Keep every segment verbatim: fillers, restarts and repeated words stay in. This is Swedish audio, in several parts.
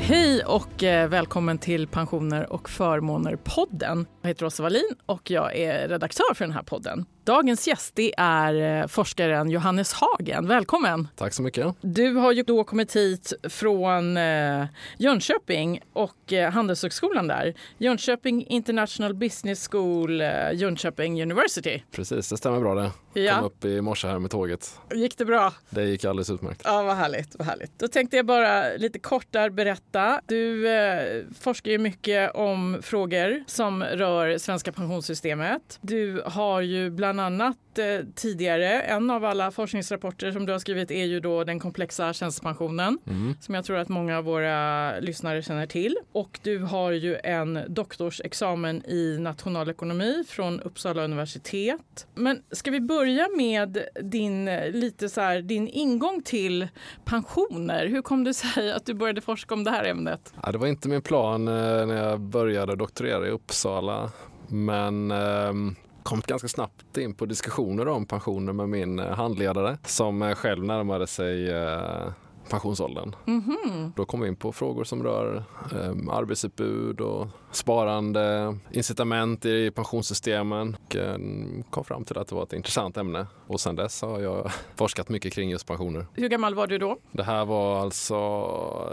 Hej och välkommen till Pensioner och förmåner-podden. Jag heter Åsa Wallin och jag är redaktör för den här podden. Dagens gäst det är forskaren Johannes Hagen. Välkommen! Tack så mycket. Du har ju då kommit hit från eh, Jönköping och eh, Handelshögskolan där. Jönköping International Business School, eh, Jönköping University. Precis, det stämmer bra det. Ja. Kom upp i morse här med tåget. Gick det bra? Det gick alldeles utmärkt. Ja, vad härligt, vad härligt. Då tänkte jag bara lite kort där berätta. Du eh, forskar ju mycket om frågor som rör svenska pensionssystemet. Du har ju bland annat eh, tidigare, en av alla forskningsrapporter som du har skrivit är ju då den komplexa tjänstepensionen mm. som jag tror att många av våra lyssnare känner till. Och du har ju en doktorsexamen i nationalekonomi från Uppsala universitet. Men ska vi börja med din, lite så här, din ingång till pensioner? Hur kom det sig att du började forska om det här ämnet? Ja, det var inte min plan eh, när jag började doktorera i Uppsala, men eh, kom ganska snabbt in på diskussioner om pensioner med min handledare som själv närmade sig eh, pensionsåldern. Mm-hmm. Då kom vi in på frågor som rör eh, arbetsutbud och sparande, incitament i pensionssystemen och eh, kom fram till att det var ett intressant ämne. Och sedan dess har jag forskat mycket kring just pensioner. Hur gammal var du då? Det här var alltså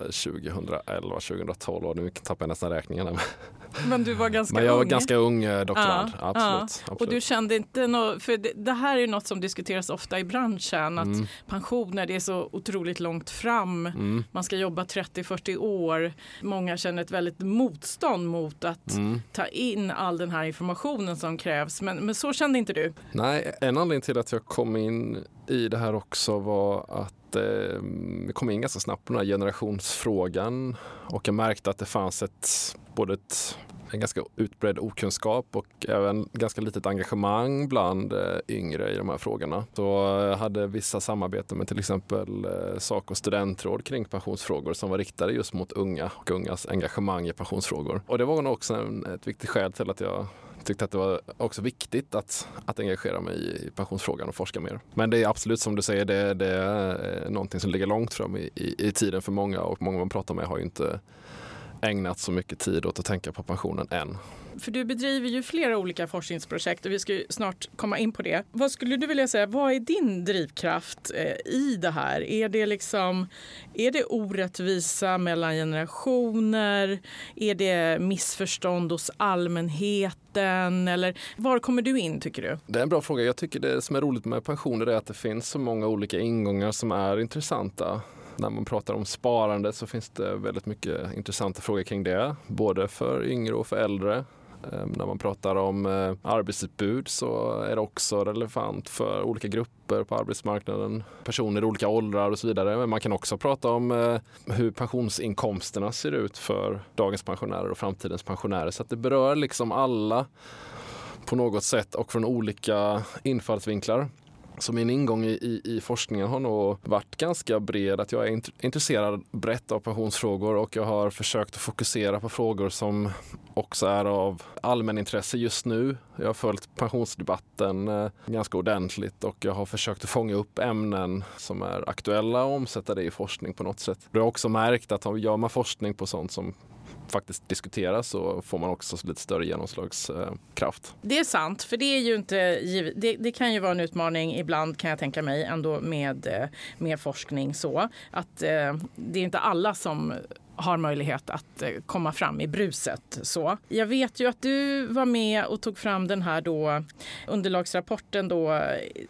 tjugoelva tjugotolv och nu tappar jag nästan räkningen här. Men du var ganska ung. Men jag var ung. ganska ung doktorand, ja, absolut, ja. absolut. Och du kände inte något, för det, det här är något som diskuteras ofta i branschen, att mm. pensioner det är så otroligt långt fram. Mm. Man ska jobba trettio till fyrtio år. Många känner ett väldigt motstånd mot att mm. ta in all den här informationen som krävs. Men, men så kände inte du? Nej, en anledning till att jag kom in i det här också var att eh, vi kom in ganska snabbt på den här generationsfrågan och jag märkte att det fanns ett, både ett, en ganska utbredd okunskap och även ganska litet engagemang bland eh, yngre i de här frågorna. Så jag hade vissa samarbeten med till exempel eh, S A C O studentråd kring pensionsfrågor som var riktade just mot unga och ungas engagemang i pensionsfrågor. Och det var nog också en, ett viktigt skäl till att jag tyckte att det var också viktigt att, att engagera mig i pensionsfrågan och forska mer. Men det är absolut som du säger, det, det är någonting som ligger långt fram i, i, i tiden för många och många man pratar med har ju inte ägnat så mycket tid åt att tänka på pensionen än. För du bedriver ju flera olika forskningsprojekt och vi ska ju snart komma in på det. Vad skulle du vilja säga, vad är din drivkraft eh, i det här? Är det liksom, är det orättvisa mellan generationer? Är det missförstånd hos allmänheten? Eller var kommer du in tycker du? Det är en bra fråga. Jag tycker det som är roligt med pensioner är att det finns så många olika ingångar som är intressanta. När man pratar om sparande så finns det väldigt mycket intressanta frågor kring det. Både för yngre och för äldre. När man pratar om arbetsutbud så är det också relevant för olika grupper på arbetsmarknaden. Personer i olika åldrar och så vidare. Men man kan också prata om hur pensionsinkomsterna ser ut för dagens pensionärer och framtidens pensionärer. Så att det berör liksom alla på något sätt och från olika infallsvinklar. Så min ingång i, i, i forskningen har nog varit ganska bred. Att jag är intresserad brett av pensionsfrågor och jag har försökt att fokusera på frågor som också är av allmänintresse just nu. Jag har följt pensionsdebatten eh, ganska ordentligt och jag har försökt att fånga upp ämnen som är aktuella och omsätta det i forskning på något sätt. Jag har också märkt att gör man forskning på sånt som faktiskt diskuteras så får man också lite större genomslagskraft. Det är sant, för det är ju inte givet. Det, det kan ju vara en utmaning ibland kan jag tänka mig ändå med, med forskning så att eh, det är inte alla som har möjlighet att komma fram i bruset. Så. Jag vet ju att du var med och tog fram den här då, underlagsrapporten då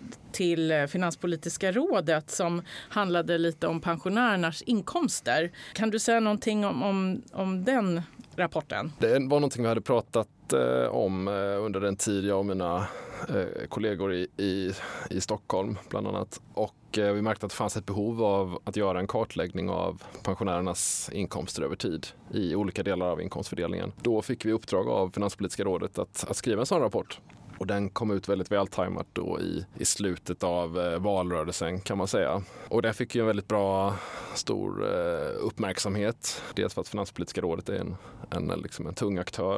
till Finanspolitiska rådet som handlade lite om pensionärernas inkomster. Kan du säga någonting om, om, om den rapporten? Det var någonting vi hade pratat eh, om eh, under den tid jag och mina eh, kollegor i, i, i Stockholm bland annat. Och vi märkte att det fanns ett behov av att göra en kartläggning av pensionärernas inkomster över tid i olika delar av inkomstfördelningen. Då fick vi uppdrag av Finanspolitiska rådet att, att skriva en sån rapport. Och den kom ut väldigt vältajmat då i, i slutet av eh, valrörelsen kan man säga. Och den fick ju en väldigt bra, stor eh, uppmärksamhet. Dels för att Finanspolitiska rådet är en, en, liksom en tung aktör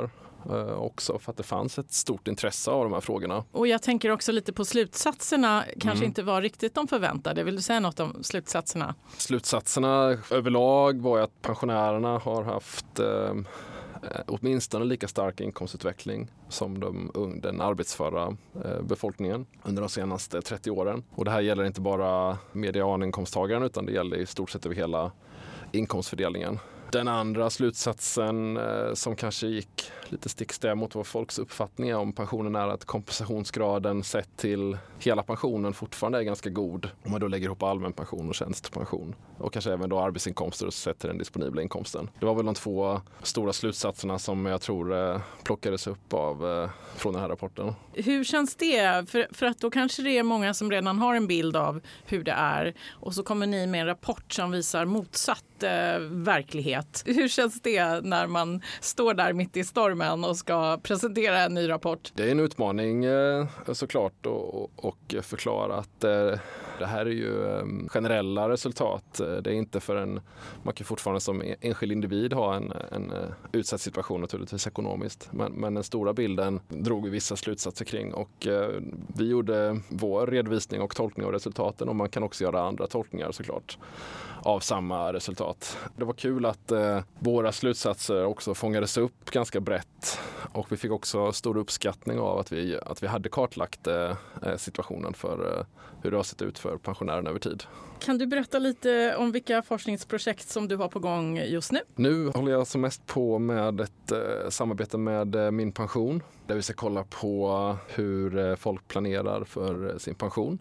eh, också för att det fanns ett stort intresse av de här frågorna. Och jag tänker också lite på slutsatserna, kanske Mm. inte var riktigt de förväntade. Vill du säga något om slutsatserna? Slutsatserna överlag var ju att pensionärerna har haft eh, åtminstone lika stark inkomstutveckling som de, den arbetsföra eh, befolkningen under de senaste trettio åren. Och det här gäller inte bara medianinkomsttagaren utan det gäller i stort sett över hela inkomstfördelningen. Den andra slutsatsen eh, som kanske gick lite stickstäv mot vad folks uppfattning om pensionen är att kompensationsgraden sett till hela pensionen fortfarande är ganska god. Om man då lägger ihop allmän pension och tjänstepension. Och kanske även då arbetsinkomster och sett till den disponibla inkomsten. Det var väl de två stora slutsatserna som jag tror eh, plockades upp av eh, från den här rapporten. Hur känns det? För, för att då kanske det är många som redan har en bild av hur det är. Och så kommer ni med en rapport som visar motsatt eh, verklighet. Hur känns det när man står där mitt i stormen och ska presentera en ny rapport? Det är en utmaning eh, såklart och, och förklara att eh, det här är ju eh, generella resultat. Det är inte för en, man kan fortfarande som enskild individ ha en, en utsatt situation naturligtvis ekonomiskt. Men, men den stora bilden drog vi vissa slutsatser kring och eh, vi gjorde vår redovisning och tolkning av resultaten och man kan också göra andra tolkningar såklart av samma resultat. Det var kul att eh, våra slutsatser också fångades upp ganska brett och vi fick också stor uppskattning av att vi, att vi hade kartlagt eh, situationen för eh, hur det har sett ut för pensionärerna över tid. Kan du berätta lite om vilka forskningsprojekt som du har på gång just nu? Nu håller jag som mest på med ett eh, samarbete med eh, Min pension där vi ska kolla på hur eh, folk planerar för eh, sin pension.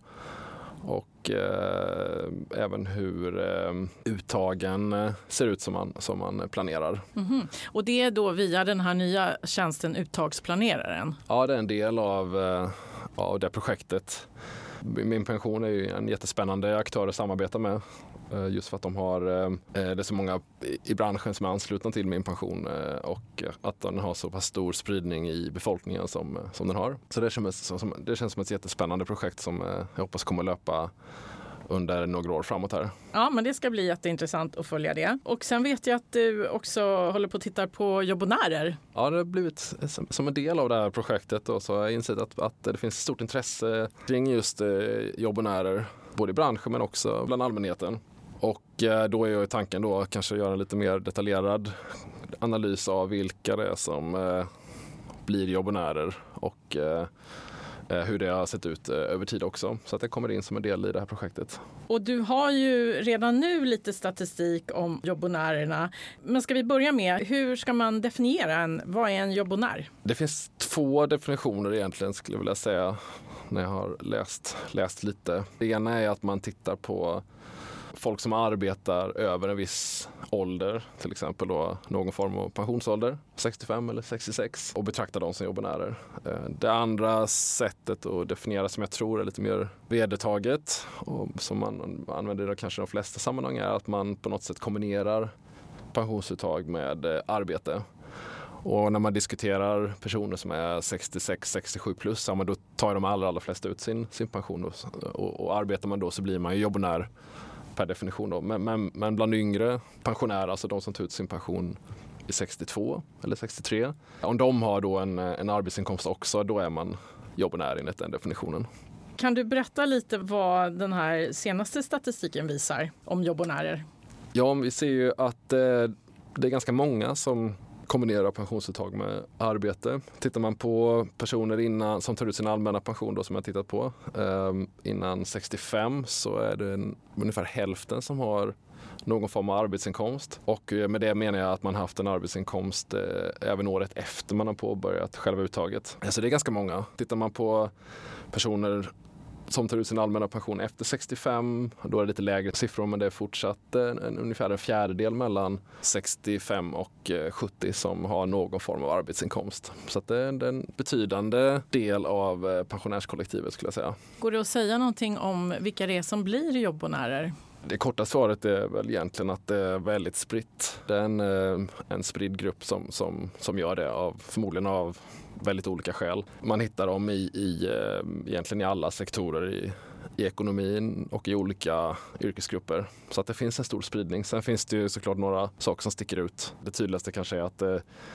Och eh, även hur eh, uttagen eh, ser ut som man, som man planerar. Mm-hmm. Och det är då via den här nya tjänsten Uttagsplaneraren? Ja, det är en del av, eh, av det projektet. Min pension är ju en jättespännande aktör att samarbeta med. Just för att de har, det är så många i branschen som är anslutna till Min pension och att den har så pass stor spridning i befolkningen som, som den har. Så det känns som, det känns som ett jättespännande projekt som jag hoppas kommer löpa under några år framåt här. Ja, men det ska bli jätteintressant att följa det. Och sen vet jag att du också håller på att titta på jobbonärer. Ja, det har blivit som en del av det här projektet och så har jag insett att, att det finns stort intresse kring just jobbonärer, både i branschen men också bland allmänheten. Och då är ju tanken då kanske göra en lite mer detaljerad analys av vilka det är som eh, blir jobbonärer och eh, hur det har sett ut eh, över tid också. Så att det kommer in som en del i det här projektet. Och du har ju redan nu lite statistik om jobbonärerna. Men ska vi börja med, hur ska man definiera en, vad är en jobbonär? Det finns två definitioner egentligen skulle jag vilja säga när jag har läst, läst lite. Det ena är att man tittar på folk som arbetar över en viss ålder, till exempel då någon form av pensionsålder, sextiofem eller sextiosex, och betraktar dem som jobbonärer. Det andra sättet att definiera som jag tror är lite mer vedertaget och som man använder i kanske de flesta sammanhang är att man på något sätt kombinerar pensionsuttag med arbete. Och när man diskuterar personer som är sextiosex sextiosju plus, ja, men då tar de allra, allra flesta ut sin, sin pension och, och, och arbetar man då så blir man ju jobbonär per definition då. Men, men, men bland yngre pensionärer, alltså de som tar ut sin pension i sextiotvå eller sextiotre, om de har då en, en arbetsinkomst också, då är man jobbonär enligt den definitionen. Kan du berätta lite vad den här senaste statistiken visar om jobbonärer? Ja, vi ser ju att eh, det är ganska många som kombinerar pensionsuttag med arbete. Tittar man på personer innan, som tar ut sin allmänna pension då, som jag tittat på, eh, innan sextiofem så är det en, ungefär hälften som har någon form av arbetsinkomst. Och med det menar jag att man haft en arbetsinkomst eh, även året efter man har påbörjat själva uttaget. Så det är ganska många. Tittar man på personer som tar ut sin allmänna pension efter sextiofem, då är det lite lägre siffror, men det är fortsatt en, en, ungefär en fjärdedel mellan sextiofem och sjuttio som har någon form av arbetsinkomst. Så att det är en, en betydande del av pensionärskollektivet skulle jag säga. Går det att säga någonting om vilka det är som blir jobbonärer? Det korta svaret är väl egentligen att det är väldigt spritt. Det är en, en spridd grupp som, som, som gör det, av, förmodligen av väldigt olika skäl. Man hittar dem i, i, egentligen i alla sektorer i, i ekonomin och i olika yrkesgrupper. Så att det finns en stor spridning. Sen finns det ju såklart några saker som sticker ut. Det tydligaste kanske är att det,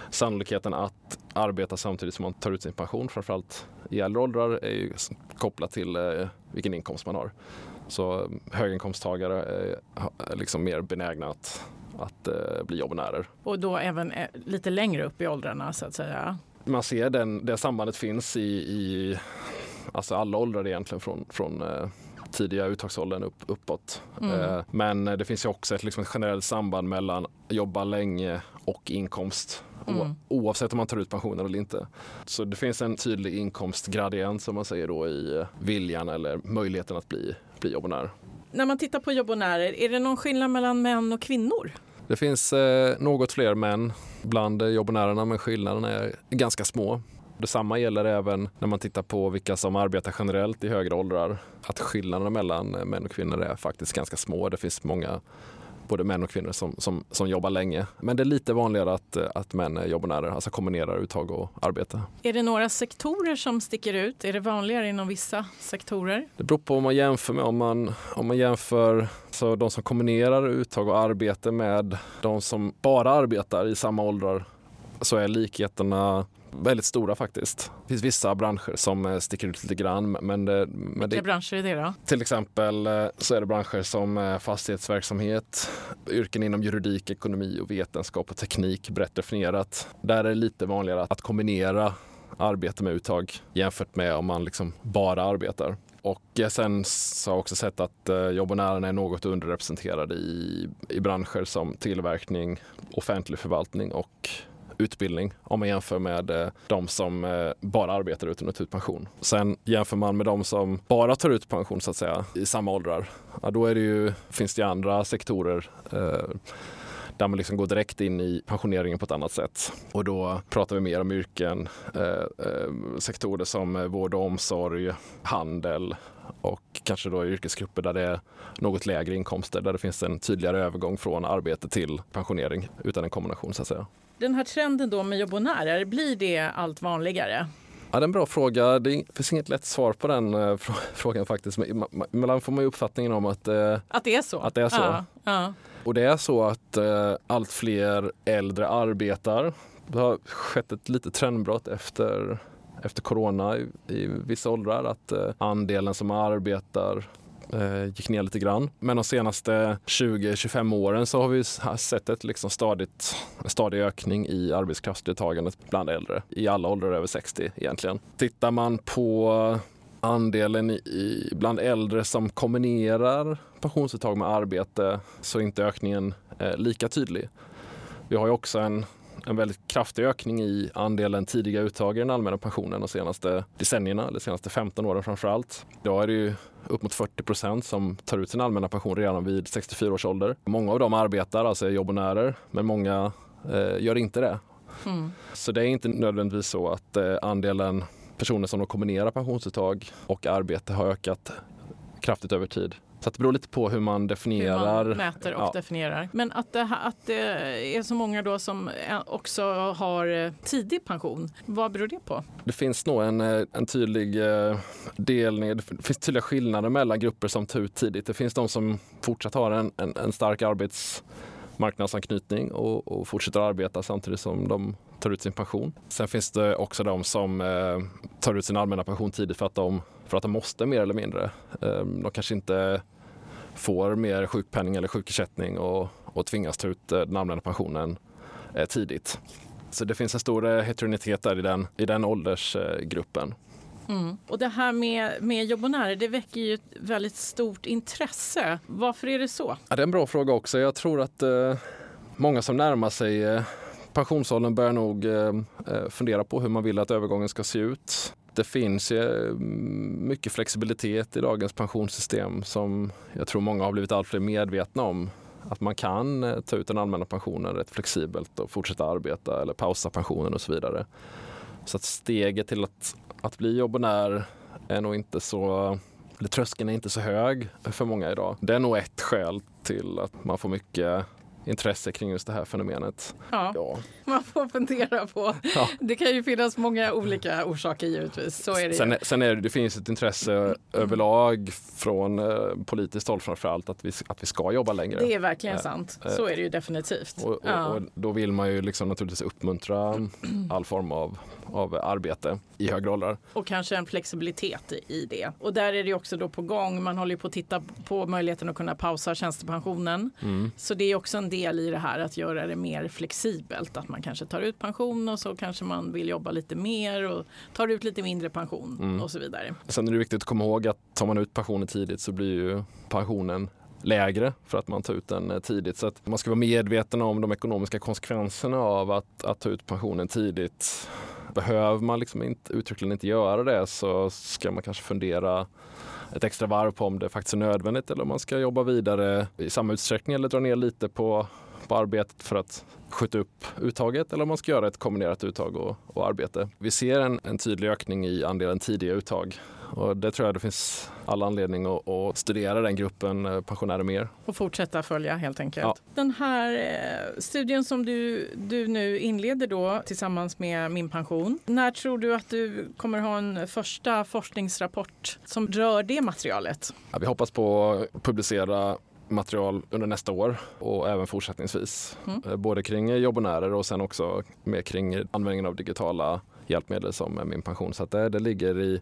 sannolikheten att arbeta samtidigt som man tar ut sin pension, framförallt i äldre åldrar, är ju kopplat till eh, vilken inkomst man har. Så höginkomsttagare är liksom mer benägna att, att eh, bli jobbonärer. Och då även lite längre upp i åldrarna så att säga? Man ser den, det sambandet finns i, i alltså alla åldrar egentligen från, från eh, tidiga uttagsåldern upp, uppåt. Mm. Eh, men det finns ju också ett, liksom ett generellt samband mellan jobba länge och inkomst. Mm. Oavsett om man tar ut pensioner eller inte. Så det finns en tydlig inkomstgradient som man säger då i viljan eller möjligheten att bli, bli jobbonär. När man tittar på jobbonärer, är det någon skillnad mellan män och kvinnor? Det finns eh, något fler män bland jobbonärerna, men skillnaderna är ganska små. Detsamma gäller även när man tittar på vilka som arbetar generellt i högre åldrar. Att skillnaderna mellan män och kvinnor är faktiskt ganska små. Det finns många både män och kvinnor som, som, som jobbar länge. Men det är lite vanligare att, att män är jobbonärer, alltså kombinerar uttag och arbete. Är det några sektorer som sticker ut? Är det vanligare inom vissa sektorer? Det beror på vad man jämför med. Om man, om man jämför så de som kombinerar uttag och arbete med de som bara arbetar i samma åldrar, så är likheterna väldigt stora faktiskt. Det finns vissa branscher som sticker ut lite grann. Men det, men Vilka det, branscher är det då? Till exempel så är det branscher som fastighetsverksamhet, yrken inom juridik, ekonomi och vetenskap och teknik, brett definierat. Där är det lite vanligare att kombinera arbete med uttag jämfört med om man liksom bara arbetar. Och sen så har jag också sett att jobbonärerna är något underrepresenterade i, i branscher som tillverkning, offentlig förvaltning och utbildning, om man jämför med de som bara arbetar utan att ta ut pension. Sen jämför man med de som bara tar ut pension så att säga i samma åldrar. Ja, då är det ju, finns det andra sektorer eh, där man liksom går direkt in i pensioneringen på ett annat sätt. Och då pratar vi mer om yrken, eh, eh, sektorer som vård och omsorg, handel och kanske då yrkesgrupper där det är något lägre inkomster, där det finns en tydligare övergång från arbete till pensionering utan en kombination så att säga. Den här trenden då med jobbonärer, blir det allt vanligare? Ja, det är en bra fråga. Det finns inget lätt svar på den uh, frågan faktiskt. Ibland får man ju uppfattningen om att, uh, att det är så. Att det är så. Ja, ja. Och det är så att uh, allt fler äldre arbetar. Det har skett ett litet trendbrott efter, efter corona i, i vissa åldrar. Att uh, andelen som arbetar gick ner lite grann. Men de senaste tjugo till tjugofem åren så har vi sett ett liksom stadigt, en stadig ökning i arbetskraftsdeltagandet bland äldre. I alla åldrar över sextio egentligen. Tittar man på andelen i, bland äldre som kombinerar pensionsuttag med arbete så är inte ökningen eh, lika tydlig. Vi har ju också en en väldigt kraftig ökning i andelen tidiga uttag i den allmänna pensionen de senaste decennierna, eller senaste femton åren framförallt. Då är det ju upp mot fyrtio procent som tar ut sin allmänna pension redan vid sextiofyra års ålder. Många av dem arbetar, alltså är jobbonärer, men många eh, gör inte det. Mm. Så det är inte nödvändigtvis så att eh, andelen personer som kombinerar pensionsuttag och arbete har ökat kraftigt över tid. Så att det beror lite på hur man definierar. Hur man mäter och ja. definierar. Men att det, att det är så många då som också har tidig pension, vad beror det på? Det finns nog en, en tydlig delning, det finns tydliga skillnader mellan grupper som tar ut tidigt. Det finns de som fortsatt har en, en, en stark arbetsmarknadsanknytning och, och fortsätter arbeta samtidigt som de tar ut sin pension. Sen finns det också de som eh, tar ut sin allmänna pension tidigt för att de För att de måste mer eller mindre. De kanske inte får mer sjukpenning eller sjukersättning och, och tvingas ta ut den allmänna pensionen tidigt. Så det finns en stor heterogenitet där i den, i den åldersgruppen. Mm. Och det här med, med jobbonärer, det väcker ju ett väldigt stort intresse. Varför är det så? Ja, det är en bra fråga också. Jag tror att eh, många som närmar sig eh, pensionsåldern börjar nog eh, fundera på hur man vill att övergången ska se ut. Det finns ju mycket flexibilitet i dagens pensionssystem som jag tror många har blivit allt fler medvetna om. Att man kan ta ut den allmänna pensionen rätt flexibelt och fortsätta arbeta eller pausa pensionen och så vidare. Så att steget till att, att bli jobbonär är nog inte så, tröskeln är inte så hög för många idag. Det är nog ett skäl till att man får mycket intresse kring just det här fenomenet. Ja, ja. Man får fundera på. Ja. Det kan ju finnas många olika orsaker givetvis. Så är det sen, sen är det, det finns ett intresse mm. överlag från eh, politiskt håll framförallt att vi, att vi ska jobba längre. Det är verkligen eh, sant. Så är det ju definitivt. Och, och, ja. och då vill man ju liksom naturligtvis uppmuntra all form av, av arbete i högre åldrar. Och kanske en flexibilitet i det. Och där är det också då på gång. Man håller ju på att titta på möjligheten att kunna pausa tjänstepensionen. Mm. Så det är också en del i det här att göra det mer flexibelt. Att man kanske tar ut pension och så kanske man vill jobba lite mer och tar ut lite mindre pension mm. och så vidare. Sen är det viktigt att komma ihåg att tar man ut pensionen tidigt så blir ju pensionen lägre för att man tar ut den tidigt. Så att man ska vara medveten om de ekonomiska konsekvenserna av att, att ta ut pensionen tidigt. Behöver man liksom inte, uttryckligen inte göra det så ska man kanske fundera ett extra varv på om det faktiskt är nödvändigt eller om man ska jobba vidare i samma utsträckning eller dra ner lite på, på arbetet för att skjuta upp uttaget eller om man ska göra ett kombinerat uttag och, och arbete. Vi ser en, en tydlig ökning i andelen tidiga uttag. Och det tror jag det finns alla anledning att, att studera den gruppen pensionärer mer. Och fortsätta följa helt enkelt. Ja. Den här eh, studien som du, du nu inleder då tillsammans med Min pension. När tror du att du kommer ha en första forskningsrapport som rör det materialet? Ja, vi hoppas på att publicera material under nästa år och även fortsättningsvis. Mm. Både kring jobbonärer och sen också med kring användningen av digitala hjälpmedel som Min pension. Så att det, det ligger i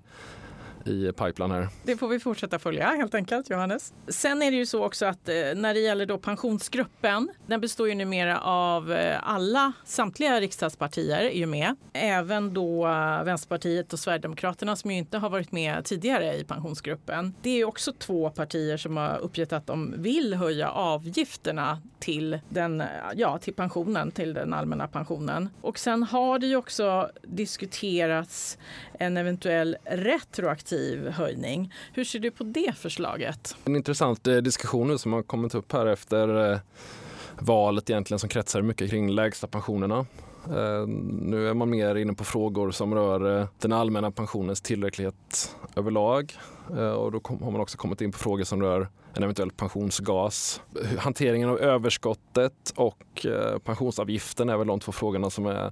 i pipeline här. Det får vi fortsätta följa helt enkelt, Johannes. Sen är det ju så också att när det gäller då pensionsgruppen, den består ju numera av alla, samtliga riksdagspartier är ju med. Även då Vänsterpartiet och Sverigedemokraterna som ju inte har varit med tidigare i pensionsgruppen. Det är ju också två partier som har uppgett att de vill höja avgifterna till, den, ja, till pensionen, till den allmänna pensionen. Och sen har det ju också diskuterats en eventuell retroaktiv höjning. Hur ser du på det förslaget? En intressant eh, diskussion som har kommit upp här efter eh, valet egentligen som kretsar mycket kring lägsta pensionerna. Eh, nu är man mer inne på frågor som rör eh, den allmänna pensionens tillräcklighet överlag eh, och då kom, har man också kommit in på frågor som rör en eventuell pensionsgas. Hanteringen av överskottet och eh, pensionsavgiften är väl de två frågorna som är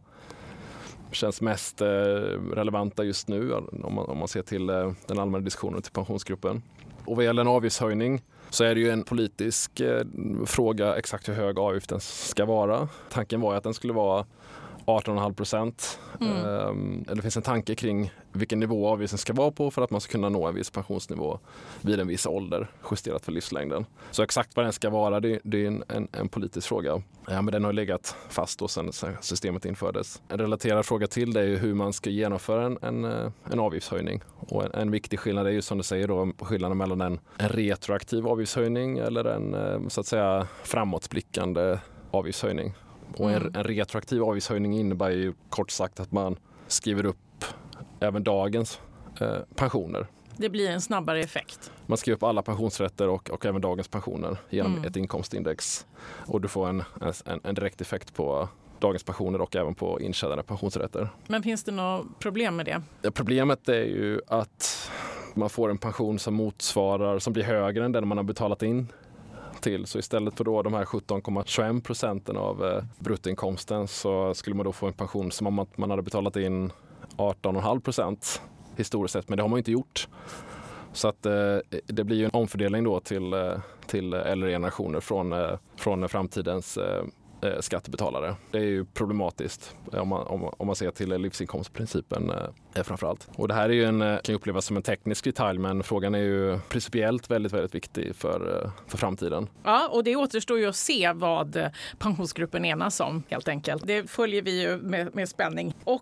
känns mest eh, relevanta just nu om man, om man ser till eh, den allmänna diskussionen till pensionsgruppen. Och vad gäller en avgiftshöjning så är det ju en politisk eh, fråga exakt hur hög avgiften ska vara. Tanken var ju att den skulle vara arton komma fem procent. Mm. Um, det finns en tanke kring vilken nivå avgiften ska vara på för att man ska kunna nå en viss pensionsnivå vid en viss ålder, justerat för livslängden. Så exakt vad den ska vara, det, det är en, en, en politisk fråga. Ja, men den har legat fast då sedan systemet infördes. En relaterad fråga till det är ju hur man ska genomföra en, en, en avgiftshöjning. Och en, en viktig skillnad är ju som du säger då skillnaden mellan en, en retroaktiv avgiftshöjning eller en så att säga framåtblickande avgiftshöjning. Och en, en retroaktiv avgiftshöjning innebär ju kort sagt att man skriver upp även dagens eh, pensioner. Det blir en snabbare effekt. Man skriver upp alla pensionsrätter och, och även dagens pensioner genom mm. ett inkomstindex. Och du får en, en, en direkt effekt på dagens pensioner och även på intjänade pensionsrätter. Men finns det något problem med det? Ja, problemet är ju att man får en pension som motsvarar, som blir högre än den man har betalat in till. Så istället för då de här sjutton komma tjugoen procenten av eh, bruttoinkomsten så skulle man då få en pension som om att man hade betalat in arton komma fem procent historiskt sett, men det har man inte gjort. Så att eh, det blir ju en omfördelning då till, eh, till äldre generationer från, eh, från framtidens eh, skattebetalare. Det är ju problematiskt om man, om, om man ser till livsinkomstprincipen eh, framförallt. Och det här är ju en, kan ju upplevas som en teknisk detalj, men frågan är ju principiellt väldigt, väldigt viktig för, för framtiden. Ja, och det återstår ju att se vad pensionsgruppen enas om helt enkelt. Det följer vi ju med, med spänning. Och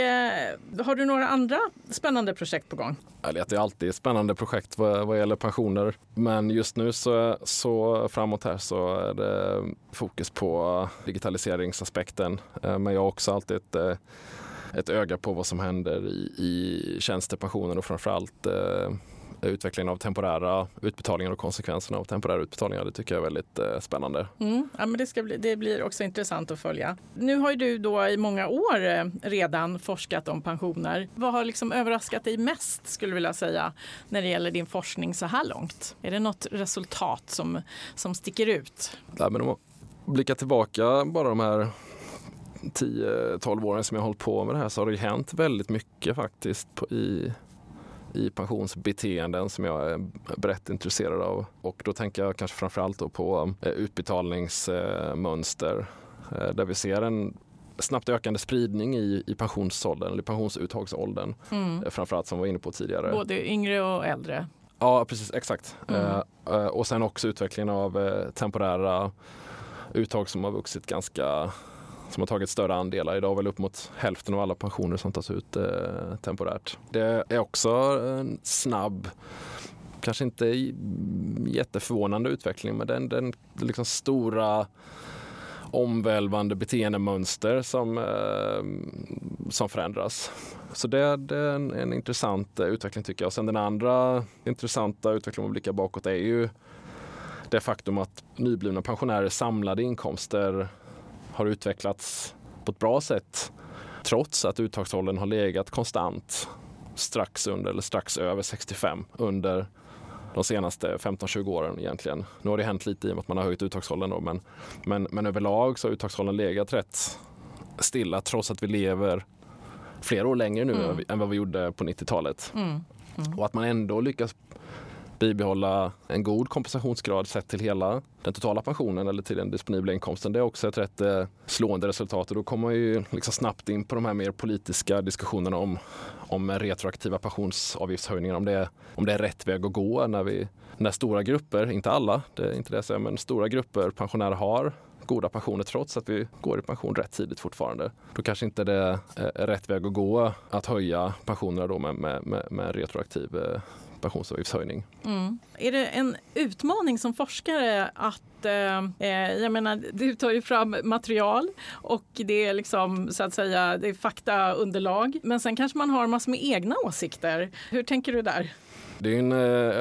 har du några andra spännande projekt på gång? Det är alltid spännande projekt vad, vad gäller pensioner. Men just nu så, så framåt här så är det fokus på digitaliseringsaspekten. Men jag har också alltid ett, ett öga på vad som händer i, i tjänstepensionen och framförallt eh, utvecklingen av temporära utbetalningar och konsekvenserna av temporära utbetalningar. Det tycker jag är väldigt eh, spännande. Mm, ja, men det, ska bli, det blir också intressant att följa. Nu har ju du då i många år eh, redan forskat om pensioner. Vad har liksom överraskat dig mest skulle jag vilja säga när det gäller din forskning så här långt? Är det något resultat som, som sticker ut? Ja, men om, blickar tillbaka bara de här tio tolv åren som jag har hållit på med det här, så har det ju hänt väldigt mycket faktiskt på, i, i pensionsbeteenden som jag är brett intresserad av. Och då tänker jag kanske framförallt då på eh, utbetalningsmönster eh, där vi ser en snabbt ökande spridning i, i pensionsåldern eller pensionsuttagsåldern. Mm. Eh, framförallt som vi var inne på tidigare. Både yngre och äldre. Ja, precis, exakt. Mm. Eh, eh, och sen också utvecklingen av eh, temporära uttag som har vuxit ganska, som har tagit större andelar. Idag är väl upp mot hälften av alla pensioner som tas ut eh, temporärt. Det är också en snabb, kanske inte jätteförvånande utveckling, men den, den liksom stora omvälvande beteendemönster som, eh, som förändras. Så det, det är en, en intressant utveckling tycker jag. Och sen den andra intressanta utvecklingen om vi blickar bakåt är ju det faktum att nyblivna pensionärers samlade inkomster har utvecklats på ett bra sätt trots att uttagsåldern har legat konstant strax under eller strax över sextiofem under de senaste femton tjugo åren egentligen. Nu har det hänt lite i och med att man har höjt uttagsåldern då, men, men, men överlag så har uttagsåldern legat rätt stilla trots att vi lever flera år längre nu mm. än vad vi gjorde på nittiotalet. Mm. Mm. Och att man ändå lyckas bibehålla en god kompensationsgrad sett till hela den totala pensionen eller till den disponibla inkomsten. Det är också ett rätt eh, slående resultat och då kommer man ju liksom snabbt in på de här mer politiska diskussionerna om, om retroaktiva pensionsavgiftshöjningar, om det, är, om det är rätt väg att gå när vi när stora grupper, inte alla, det är inte det jag säger, men stora grupper pensionärer har goda pensioner trots att vi går i pension rätt tidigt fortfarande. Då kanske inte det är rätt väg att gå att höja pensionerna då med, med, med, med retroaktiv eh, pensionsavgiftshöjning. Mm. Är det en utmaning som forskare att, eh, jag menar, du tar ju fram material och det är liksom så att säga, det är faktaunderlag, men sen kanske man har massor med egna åsikter. Hur tänker du där? Det är en,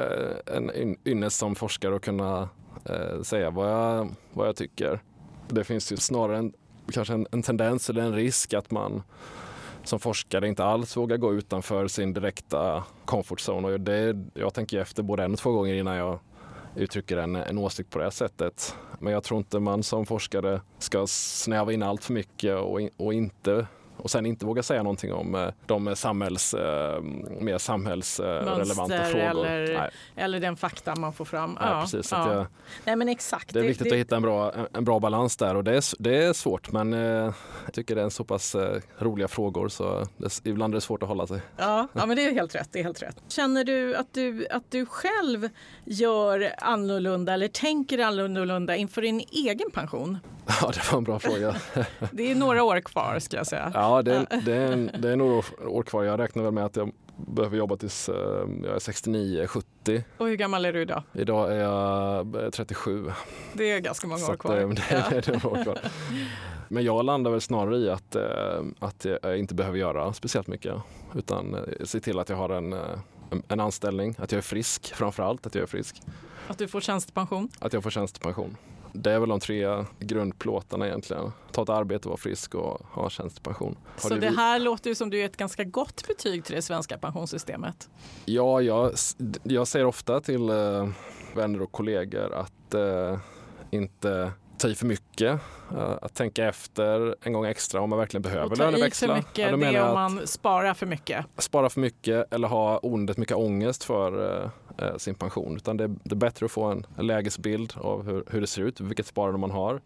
en ynnest som forskare att kunna eh, säga vad jag, vad jag tycker. Det finns ju snarare en, kanske en, en tendens eller en risk att man som forskare inte alls vågar gå utanför sin direkta comfort zone. Och det, jag tänker efter både en och två gånger innan jag uttrycker en, en åsikt på det här sättet. Men jag tror inte man som forskare ska snäva in allt för mycket och, in, och inte och sen inte våga säga någonting om de samhälls, mer samhällsrelevanta frågor. Eller, eller den fakta man får fram. Ja, ja, precis. Ja. Jag, Nej, men exakt. Det är viktigt det, det... att hitta en bra, en bra balans där och det är, det är svårt, men eh, jag tycker det är en så pass eh, roliga frågor så det, ibland är det svårt att hålla sig. Ja, ja, men det är helt rätt. Det är helt rätt. Känner du att, du att du själv gör annorlunda eller tänker annorlunda inför din egen pension? Ja, det var en bra fråga. Det är några år kvar ska jag säga. Ja, det är, det är, en, det är några år kvar. Jag räknar väl med att jag behöver jobba tills jag är sextionio sjuttio. Och hur gammal är du idag? Idag är jag trettiosju. Det är ganska många så år kvar. Det, det, ja. det är några år kvar. Men jag landar väl snarare i att, att jag inte behöver göra speciellt mycket. Utan se till att jag har en, en anställning, att jag är frisk framförallt, att jag är frisk. Att du får tjänstepension? Att jag får tjänstepension. Det är väl de tre grundplåtarna egentligen. Ta ett arbete, vara frisk och ha tjänstepension. Har Så det här låter ju som du är ett ganska gott betyg till det svenska pensionssystemet. Ja, jag, jag säger ofta till eh, vänner och kollegor att eh, inte ta i för mycket. Uh, att tänka efter en gång extra om man verkligen behöver löneväxla. Och ta i för mycket, ja, det är om man sparar för mycket. Spara för mycket eller ha onödigt mycket ångest för uh, uh, sin pension. Utan det, det är bättre att få en, en lägesbild av hur, hur det ser ut, vilket sparande man har.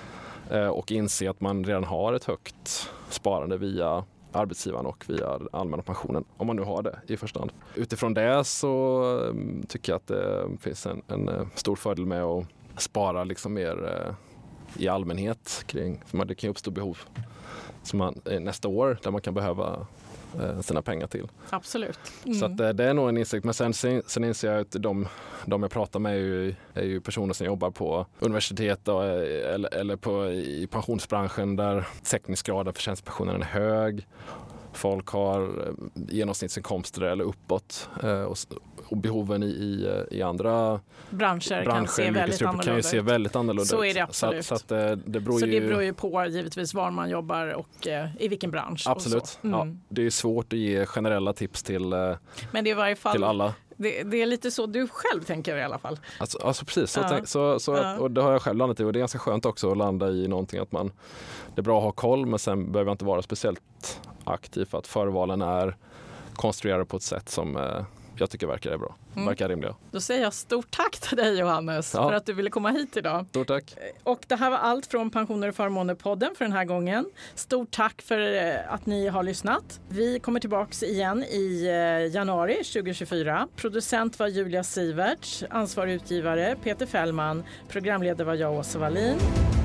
Uh, och inse att man redan har ett högt sparande via arbetsgivaren och via allmänna pensionen, om man nu har det i första hand. Utifrån det så um, tycker jag att det finns en, en stor fördel med att spara liksom mer uh, i allmänhet kring, för man, det kan ju uppstå behov som man, nästa år där man kan behöva eh, sina pengar till. Absolut. Mm. Så att, eh, det är nog en insikt, men sen, sen, sen inser jag att de, de jag pratar med är ju, är ju personer som jobbar på universitet och, eller, eller på, i pensionsbranschen där täckningsgraden för tjänstepensionen är hög. Folk har genomsnittsinkomster eller uppåt eh, och, och behoven i, i, i andra branscher, branscher kan, se väldigt, kan ju se väldigt annorlunda ut. Så är det absolut. Så, så, att, det, det beror så ju... det beror ju på givetvis var man jobbar och eh, i vilken bransch. Absolut. Och så. Mm. Ja, det är svårt att ge generella tips till, Men det är i varje fall, till alla. Det, det är lite så du själv tänker i alla fall. Alltså, alltså precis, så, Ja. tänk, så, så Ja. att, och det har jag själv landat i och det är ganska skönt också att landa i någonting att man, det är bra att ha koll men sen behöver jag inte vara speciellt aktiv för att förvalen är konstruerade på ett sätt som eh, jag tycker verkar bra, Mm. verkar rimliga. Då säger jag stort tack till dig Johannes Ja. för att du ville komma hit idag. Stort tack. Och det här var allt från Pensioner och förmåner-podden för den här gången. Stort tack för eh, att ni har lyssnat. Vi kommer tillbaka igen i eh, januari tjugohundratjugofyra. Producent var Julia Siverts, ansvarig utgivare Peter Fällman, programledare var jag, Åsa Wallin.